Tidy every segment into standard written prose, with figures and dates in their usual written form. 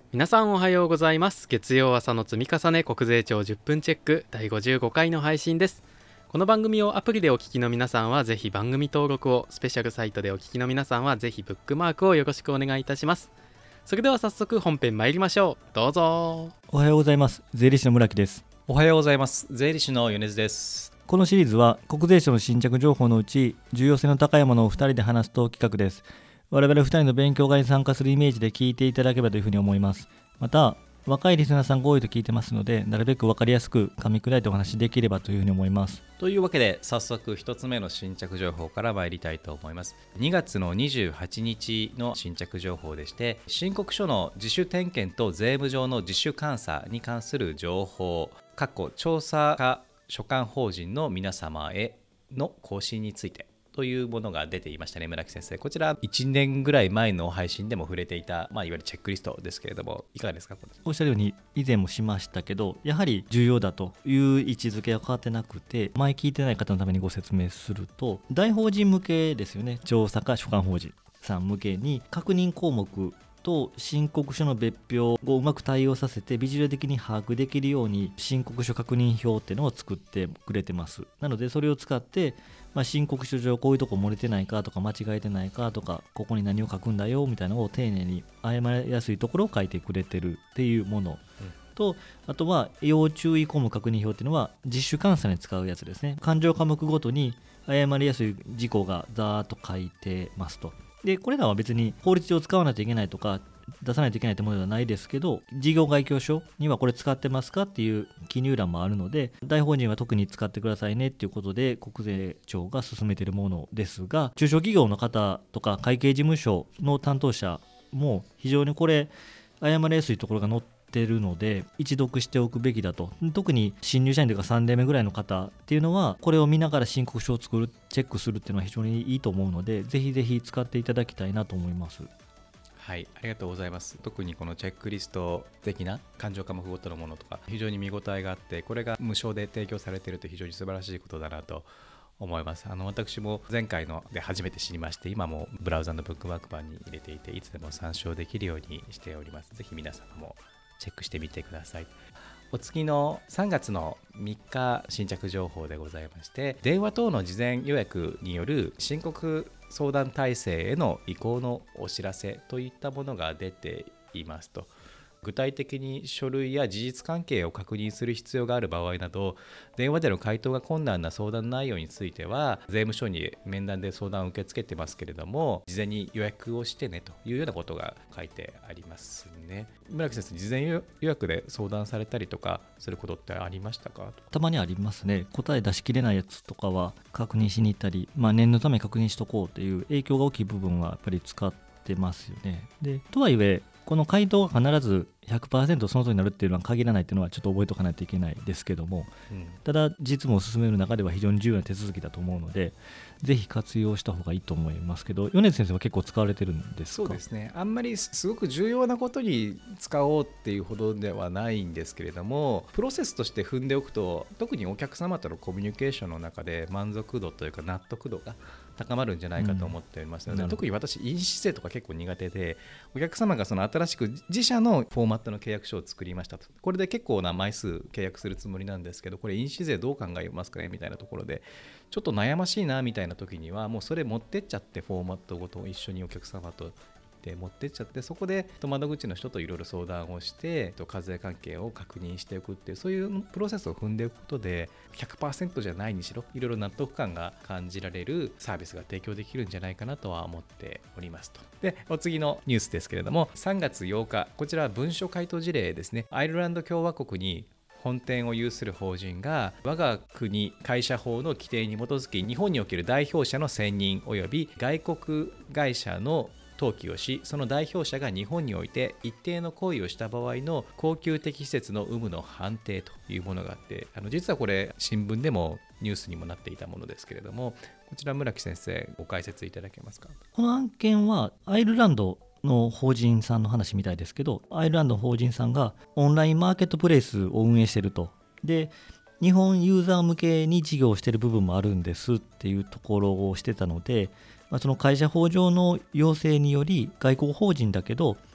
皆さんおはようございます。月曜朝の積み重ね国税庁10分チェック第55回の配信です。この番組をアプリでお聞きの皆さんはぜひ番組登録を、スペシャルサイトでお聞きの皆さんはぜひブックマークをよろしくお願いいたします。それでは早速本編参りましょう。どうぞ。 おはようございます。税理士の村木です。 おはようございます。税理士の米津です。 このシリーズは国税庁の新着情報のうち重要性の高いものを2人で話すと企画です。我々2人の勉強会に参加するイメージで聞いていただければというふうに思います。また若いリスナーさんが多いと聞いてますので、なるべく分かりやすく噛み砕いてお話しできればというふうに思います。 というわけで早速1つ目の新着情報から参りたいと思います。2月の28日の新着情報でして、申告書の自主点検と税務上の自主監査に関する情報調査課所管法人の皆様への更新についてというものが出ていましたね。村木先生、こちら1年ぐらい前の配信でも触れていた、いわゆるチェックリストですけれども、いかがですか？ おっしゃるように以前もしましたけど、やはり重要だという位置づけは変わってなくて、前聞いてない方のためにご説明すると、大法人向けですよね。調査課所管法人さん向けに確認項目と申告書の別表をうまく対応させてビジュアル的に把握できるように申告書確認表っていうのを作ってくれてます。なのでそれを使って申告書上こういうとこ漏れてないかとか間違えてないかとか、ここに何を書くんだよみたいなのを丁寧に誤りやすいところを書いてくれてるっていうものと、あとは要注意項目確認表っていうのは自主監査に使うやつですね。勘定科目ごとに誤りやすい事項がざーっと書いてますと。でこれらは別に法律上使わないといけないとか出さないといけないというものではないですけど、事業概況書にはこれ使ってますかっていう記入欄もあるので、大法人は特に使ってくださいねっていうことで国税庁が進めているものですが、中小企業の方とか会計事務所の担当者も非常にこれ誤りやすいところが載ってるので一読しておくべきだと。特に新入社員というか3年目ぐらいの方っていうのはこれを見ながら申告書を作るチェックするっていうのは非常にいいと思うので、ぜひぜひ使っていただきたいなと思います。 はい、ありがとうございます。特にこのチェックリスト的な勘定科目ごとのものとか非常に見応えがあって、これが無償で提供されていると非常に素晴らしいことだなと思います。私も前回ので初めて知りまして、今もブラウザのブックマーク版に入れていて、いつでも参照できるようにしております。ぜひ皆様もチェックしてみてください。お次の3月の3日新着情報でございまして、電話等の事前予約による申告相談体制への移行のお知らせといったものが出ていますと。具体的に書類や事実関係を確認する必要がある場合など、電話での回答が困難な相談内容については税務署に面談で相談を受け付けてますけれども、事前に予約をしてねというようなことが書いてありますね。村木先生、事前予約で相談されたりとかすることってありましたか？ たまにありますね。答え出しきれないやつとかは確認しに行ったり、念のため確認しとこうという影響が大きい部分はやっぱり使ってますよね。でとはいえこの回答が必ず 100% その通りになるっていうのは限らないっていうのはちょっと覚えておかないといけないですけども、ただ実務を進める中では非常に重要な手続きだと思うので、ぜひ活用した方がいいと思いますけど、米津先生は結構使われてるんですか？ そうですね、あんまりすごく重要なことに使おうっていうほどではないんですけれども、プロセスとして踏んでおくと、特にお客様とのコミュニケーションの中で満足度というか納得度が高まるんじゃないかと思っておりますので、特に私印紙税とか結構苦手で、お客様がその新しく自社のフォーマットの契約書を作りましたと、これで結構な枚数契約するつもりなんですけど、これ印紙税どう考えますかねみたいなところでちょっと悩ましいなみたいな時には、もうそれ持ってっちゃって、フォーマットごと一緒にお客様と持ってっちゃって、そこで窓口の人といろいろ相談をして課税関係を確認しておくっていう、そういうプロセスを踏んでいくことで 100% じゃないにしろいろいろ納得感が感じられるサービスが提供できるんじゃないかなとは思っておりますと。でお次のニュースですけれども、3月8日、こちらは文書回答事例ですね。アイルランド共和国に本店を有する法人が我が国会社法の規定に基づき、日本における代表者の選任及び外国会社の登記をし、その代表者が日本において一定の行為をした場合の恒久的施設の有無の判定というものがあって、実はこれ新聞でもニュースにもなっていたものですけれども、こちら村木先生ご解説いただけますか？ この案件はアイルランドの法人さんの話みたいですけど、アイルランドの法人さんがオンラインマーケットプレイスを運営していると。で日本ユーザー向けに事業をしている部分もあるんですっていうところをしてたので、その会社法上の要請により外国法人だけど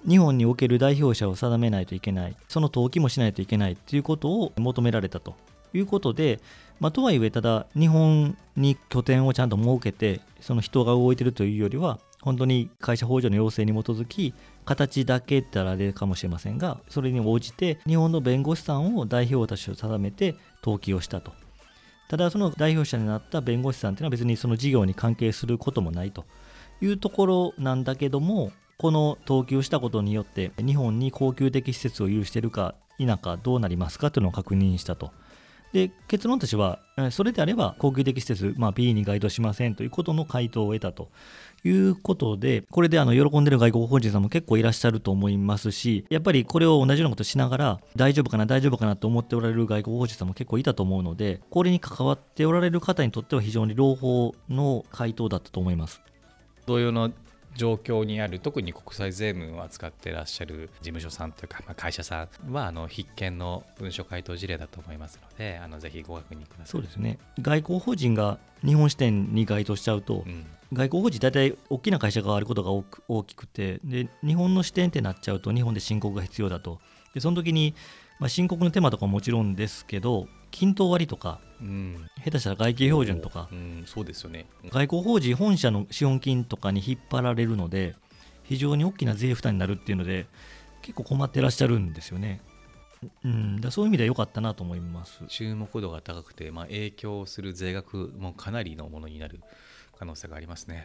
日本における代表者を定めないといけない、その登記もしないといけないということを求められたということで、とはいえただ日本に拠点をちゃんと設けてその人が動いているというよりは、本当に会社法上の要請に基づき、形だけってあれかもしれませんが、それに応じて日本の弁護士さんを代表として定めて登記をしたと。ただその代表者になった弁護士さんというのは別にその事業に関係することもないというところなんだけども、この登記をしたことによって日本に恒久的施設を有しているか否かどうなりますかというのを確認したと。で、結論としてはそれであれば恒久的施設、B に該当しませんということの回答を得たということで、これで喜んでる外国法人さんも結構いらっしゃると思いますし、やっぱりこれを同じようなことしながら大丈夫かなと思っておられる外国法人さんも結構いたと思うので、これに関わっておられる方にとっては非常に朗報の回答だったと思います。 同様の状況にある、特に国際税務を扱っていらっしゃる事務所さんというか、会社さんは必見の文書回答事例だと思いますので、ぜひご確認ください。 そうですね、外交法人が日本支店に該当しちゃうと、外交法人大体大きな会社があることが大きくて、で日本の支店ってなっちゃうと日本で申告が必要だと。でその時に、申告の手間とかももちろんですけど、均等割とか、下手したら外形標準とか、 そうですよね。 外交法人本社の資本金とかに引っ張られるので、非常に大きな税負担になるっていうので結構困ってらっしゃるんですよね。そういう意味では良かったなと思います。 注目度が高くて、影響する税額もかなりのものになる可能性がありますね。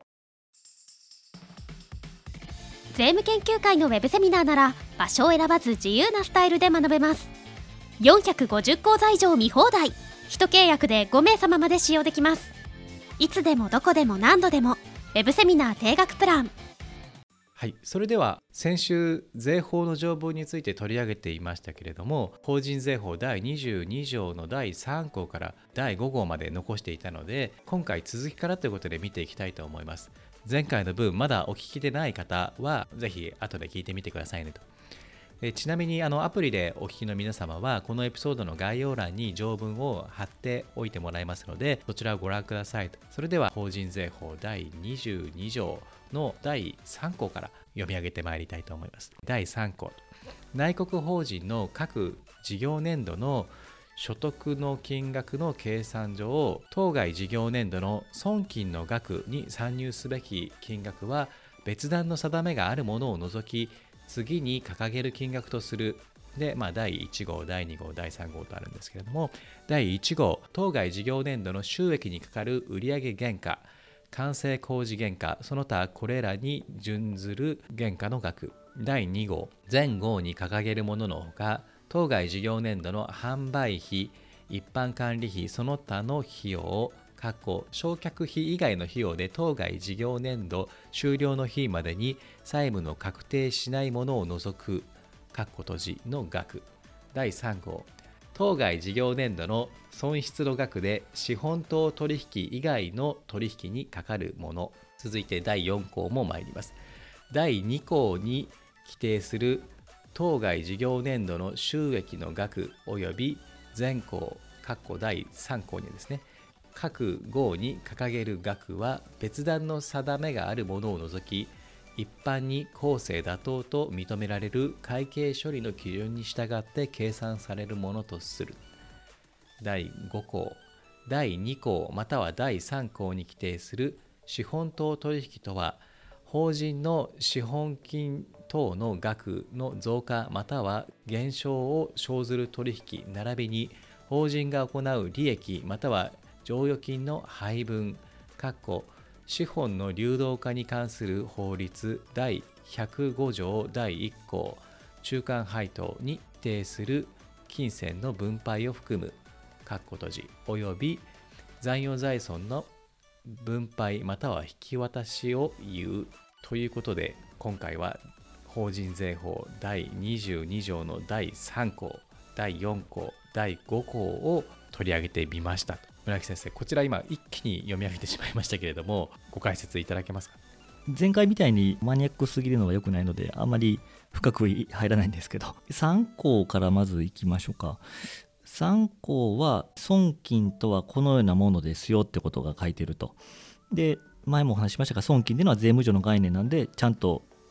税務研究会のウェブセミナーなら場所を選ばず自由なスタイルで学べます。450講座以上見放題、1契約で5名様まで使用できます。いつでもどこでも何度でもウェブセミナー定額プラン。 はい、それでは先週税法の条文について取り上げていましたけれども、法人税法第22条の第3項から第5号まで残していたので、今回続きからということで見ていきたいと思います。前回の分まだお聞きでない方はぜひ後で聞いてみてくださいねと。ちなみにアプリでお聞きの皆様はこのエピソードの概要欄に条文を貼っておいてもらいますので、そちらをご覧くださいと。それでは法人税法第22条の第3項から読み上げてまいりたいと思います。第3項、内国法人の各事業年度の所得の金額の計算上、当該事業年度の損金の額に算入すべき金額は別段の定めがあるものを除き次に掲げる金額とする。で、第1号、第2号、第3号とあるんですけれども、第1号、当該事業年度の収益にかかる売上原価、完成工事原価、その他これらに準ずる原価の額。第2号、前号に掲げるもののほか、当該事業年度の販売費、一般管理費、その他の費用、償却費以外の費用で当該事業年度終了の日までに債務の確定しないものを除く閉じの額。第3号、当該事業年度の損失の額で資本等取引以外の取引にかかるもの。続いて第4項も参ります。第2項に規定する当該事業年度の収益の額及び前項第3項にですね、各号に掲げる額は別段の定めがあるものを除き、一般に公正妥当と認められる会計処理の基準に従って計算されるものとする。第5項、第2項または第3項に規定する資本等取引とは、法人の資本金等の額の増加または減少を生ずる取引並びに法人が行う利益または剰余金の配分資本の流動化に関する法律第105条第1項中間配当に規定する金銭の分配を含む閉じ及び残余財損の分配または引き渡しを言うということで、今回は法人税法第22条の第3項第4項第5項を取り上げてみました。村木先生、こちら今一気に読み上げてしまいましたけれども、ご解説いただけますか。 前回みたいにマニアックすぎるのは良くないのであまり深く入らないんですけど、3項からまずいきましょうか。3項は損金とはこのようなものですよってことが書いてると。で、前もお話ししましたが、損金っていうのは税務上の概念なんでちゃんと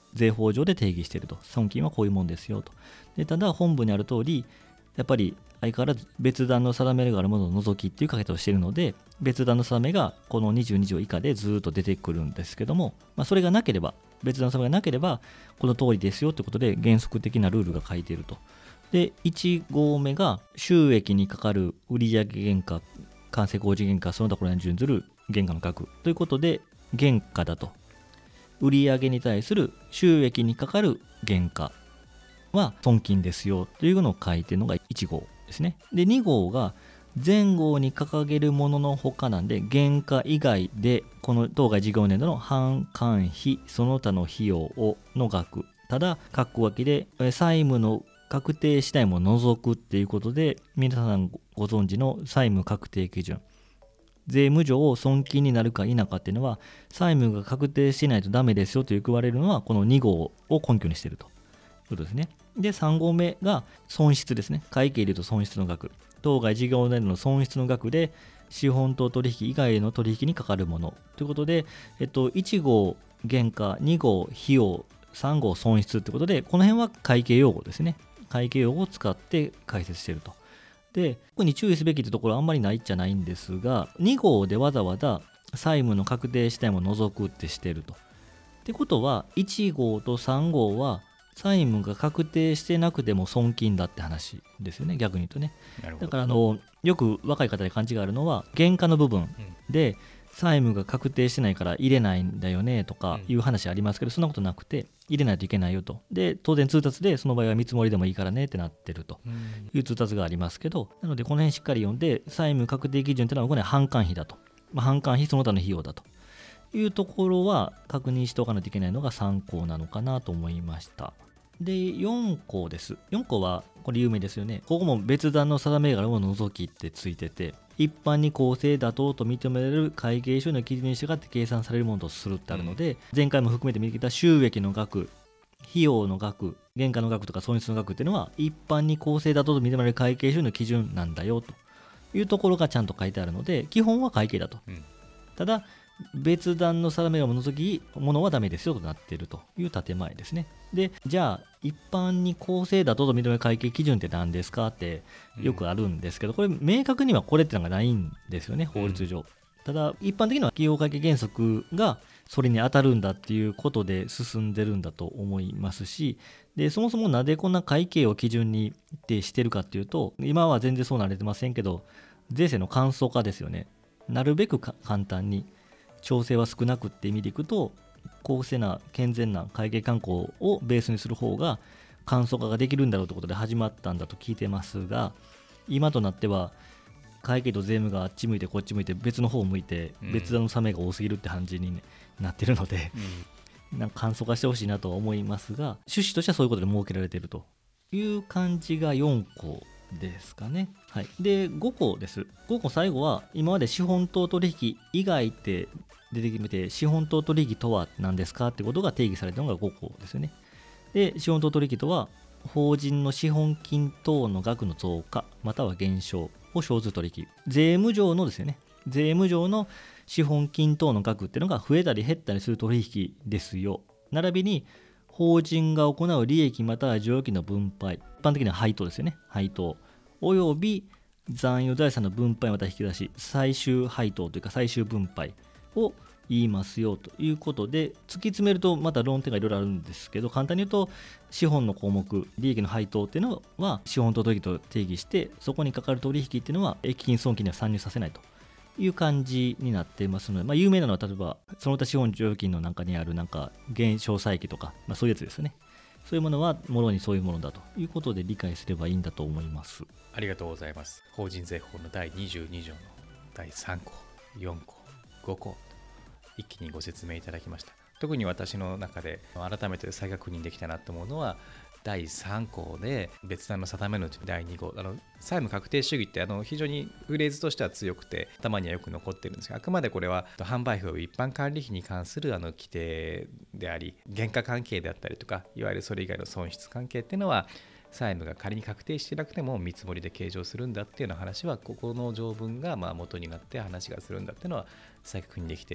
税法上で定義していると。損金はこういうもんですよと。でただ本文にある通りやっぱり相変わらず別段の定めがあるものを除きっていう書き方をしているので、別段の定めがこの22条以下でずっと出てくるんですけども、それがなければ、別段の定めがなければこの通りですよということで原則的なルールが書いていると。で1号目が収益にかかる売上原価、完成工事原価、その他これに準ずる原価の額ということで、原価だと売上に対する収益にかかる原価は損金ですよというのを書いているのが1号ですね。で2号が前号に掲げるものの他なんで、原価以外でこの当該事業年度の販管費その他の費用をの額、ただ括弧書きで債務の確定次第も除くっていうことで、皆さんご存知の債務確定基準、税務上損金になるか否かっていうのは債務が確定しないとダメですよと言われるのはこの2号を根拠にしているということですね。で3号目が損失ですね。会計でいうと損失の額、当該事業年度の損失の額で資本等取引以外の取引にかかるものということで、1号原価、2号費用、3号損失ということで、この辺は会計用語ですね。会計用語を使って解説していると。で特に注意すべきというところはあんまりないっちゃないんですが、2号でわざわざ債務の確定次第も除くってしていると。ってことは1号と3号は債務が確定してなくても損金だって話ですよね、逆に言うとね。だからよく若い方で勘違いあるのは、原価の部分で債務が確定してないから入れないんだよねとかいう話ありますけど、そんなことなくて入れないといけないよと。で当然通達でその場合は見積もりでもいいからねってなってるという通達がありますけど、なのでこの辺しっかり読んで、債務確定基準っていうのはこれ販管費だと、販管費その他の費用だというところは確認しておかないといけないのが3項なのかなと思いました。で4項です。4項はこれ有名ですよね。ここも別段の定めがあるものを除きってついてて、一般に公正妥当と認められる会計処理の基準に従って計算されるものとするってあるので、前回も含めて見てきた収益の額、費用の額、原価の額とか損失の額っていうのは一般に公正妥当と認められる会計処理の基準なんだよというところがちゃんと書いてあるので、基本は会計だと。ただ別段の定めを除きものはダメですよとなっているという建前ですね。でじゃあ一般に公正だと認める会計基準って何ですかってよくあるんですけど、これ明確にはこれってのがないんですよね、法律上。ただ一般的には企業会計原則がそれに当たるんだっていうことで進んでるんだと思いますし、でそもそもなぜこんな会計を基準にってしてるかっていうと、今は全然そうなれてませんけど、税制の簡素化ですよね。なるべく簡単に調整は少なくって意味でいくと、公正な健全な会計慣行をベースにする方が簡素化ができるんだろうということで始まったんだと聞いてますが、今となっては会計と税務があっち向いてこっち向いて別の方を向いて別段の差目が多すぎるって感じになってるので、なんか簡素化してほしいなとは思いますが、趣旨としてはそういうことで設けられているという感じが4項ですかね。はい、で5項です。5項最後は今まで資本等取引以外って出てきて、資本等取引とは何ですかってことが定義されたのが5項ですよね。で資本等取引とは法人の資本金等の額の増加または減少を生ずる取引、税務上のですよね、税務上の資本金等の額っていうのが増えたり減ったりする取引ですよ。並びに法人が行う利益または剰余金の分配、一般的には配当ですよね、配当および残余財産の分配また引き出し、最終配当というか最終分配を言いますよということで、突き詰めるとまた論点がいろいろあるんですけど、簡単に言うと資本の項目、利益の配当っていうのは資本等取引と定義して、そこにかかる取引っていうのは益金損金には参入させないという感じになっていますので、有名なのは例えばその他資本剰余金の中にある減少債記とか、そういうやつですね。そういうものはもろにそういうものだということで理解すればいいんだと思います。 ありがとうございます。法人税法の第22条の第3項、4項、5項一気にご説明いただきました。特に私の中で改めて再確認できたなと思うのは第3項で別段の定めのうち第2項、債務確定主義って非常にフレーズとしては強くて頭にはよく残ってるんですが、あくまでこれは販売費及び一般管理費に関する規定であり、原価関係であったりとか、いわゆるそれ以外の損失関係っていうのは債務が仮に確定していなくても見積もりで計上するんだっていうような話は、ここの条文が元になって話がするんだっていうのは再確認できて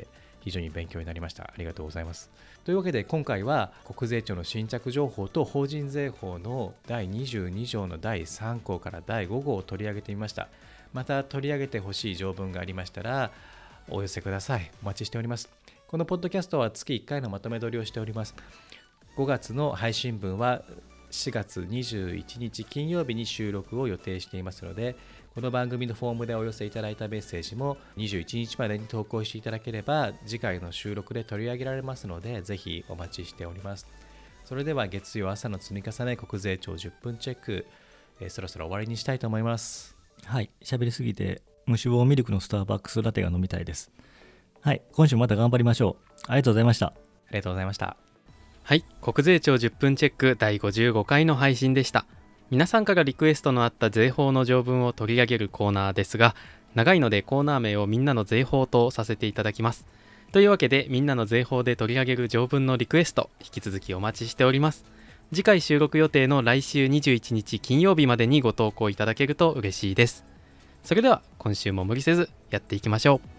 非常に勉強になりました。ありがとうございます。というわけで今回は国税庁の新着情報と法人税法の第22条の第3項から第5号を取り上げてみました。また取り上げてほしい条文がありましたらお寄せください。お待ちしております。このポッドキャストは月1回のまとめ撮りをしております。5月の配信分は4月21日金曜日に収録を予定していますので、この番組のフォームでお寄せいただいたメッセージも21日までに投稿していただければ次回の収録で取り上げられますので、ぜひお待ちしております。それでは月曜朝の積み重ね国税庁10分チェック、そろそろ終わりにしたいと思います。 はい、喋りすぎて無脂肪ミルクのスターバックスラテが飲みたいです。はい、今週また頑張りましょう。ありがとうございました。 ありがとうございました。 はい、国税庁10分チェック第55回の配信でした。皆さんからリクエストのあった税法の条文を取り上げるコーナーですが、長いのでコーナー名をみんなの税法とさせていただきます。というわけでみんなの税法で取り上げる条文のリクエスト引き続きお待ちしております。次回収録予定の来週21日金曜日までにご投稿いただけると嬉しいです。それでは今週も無理せずやっていきましょう。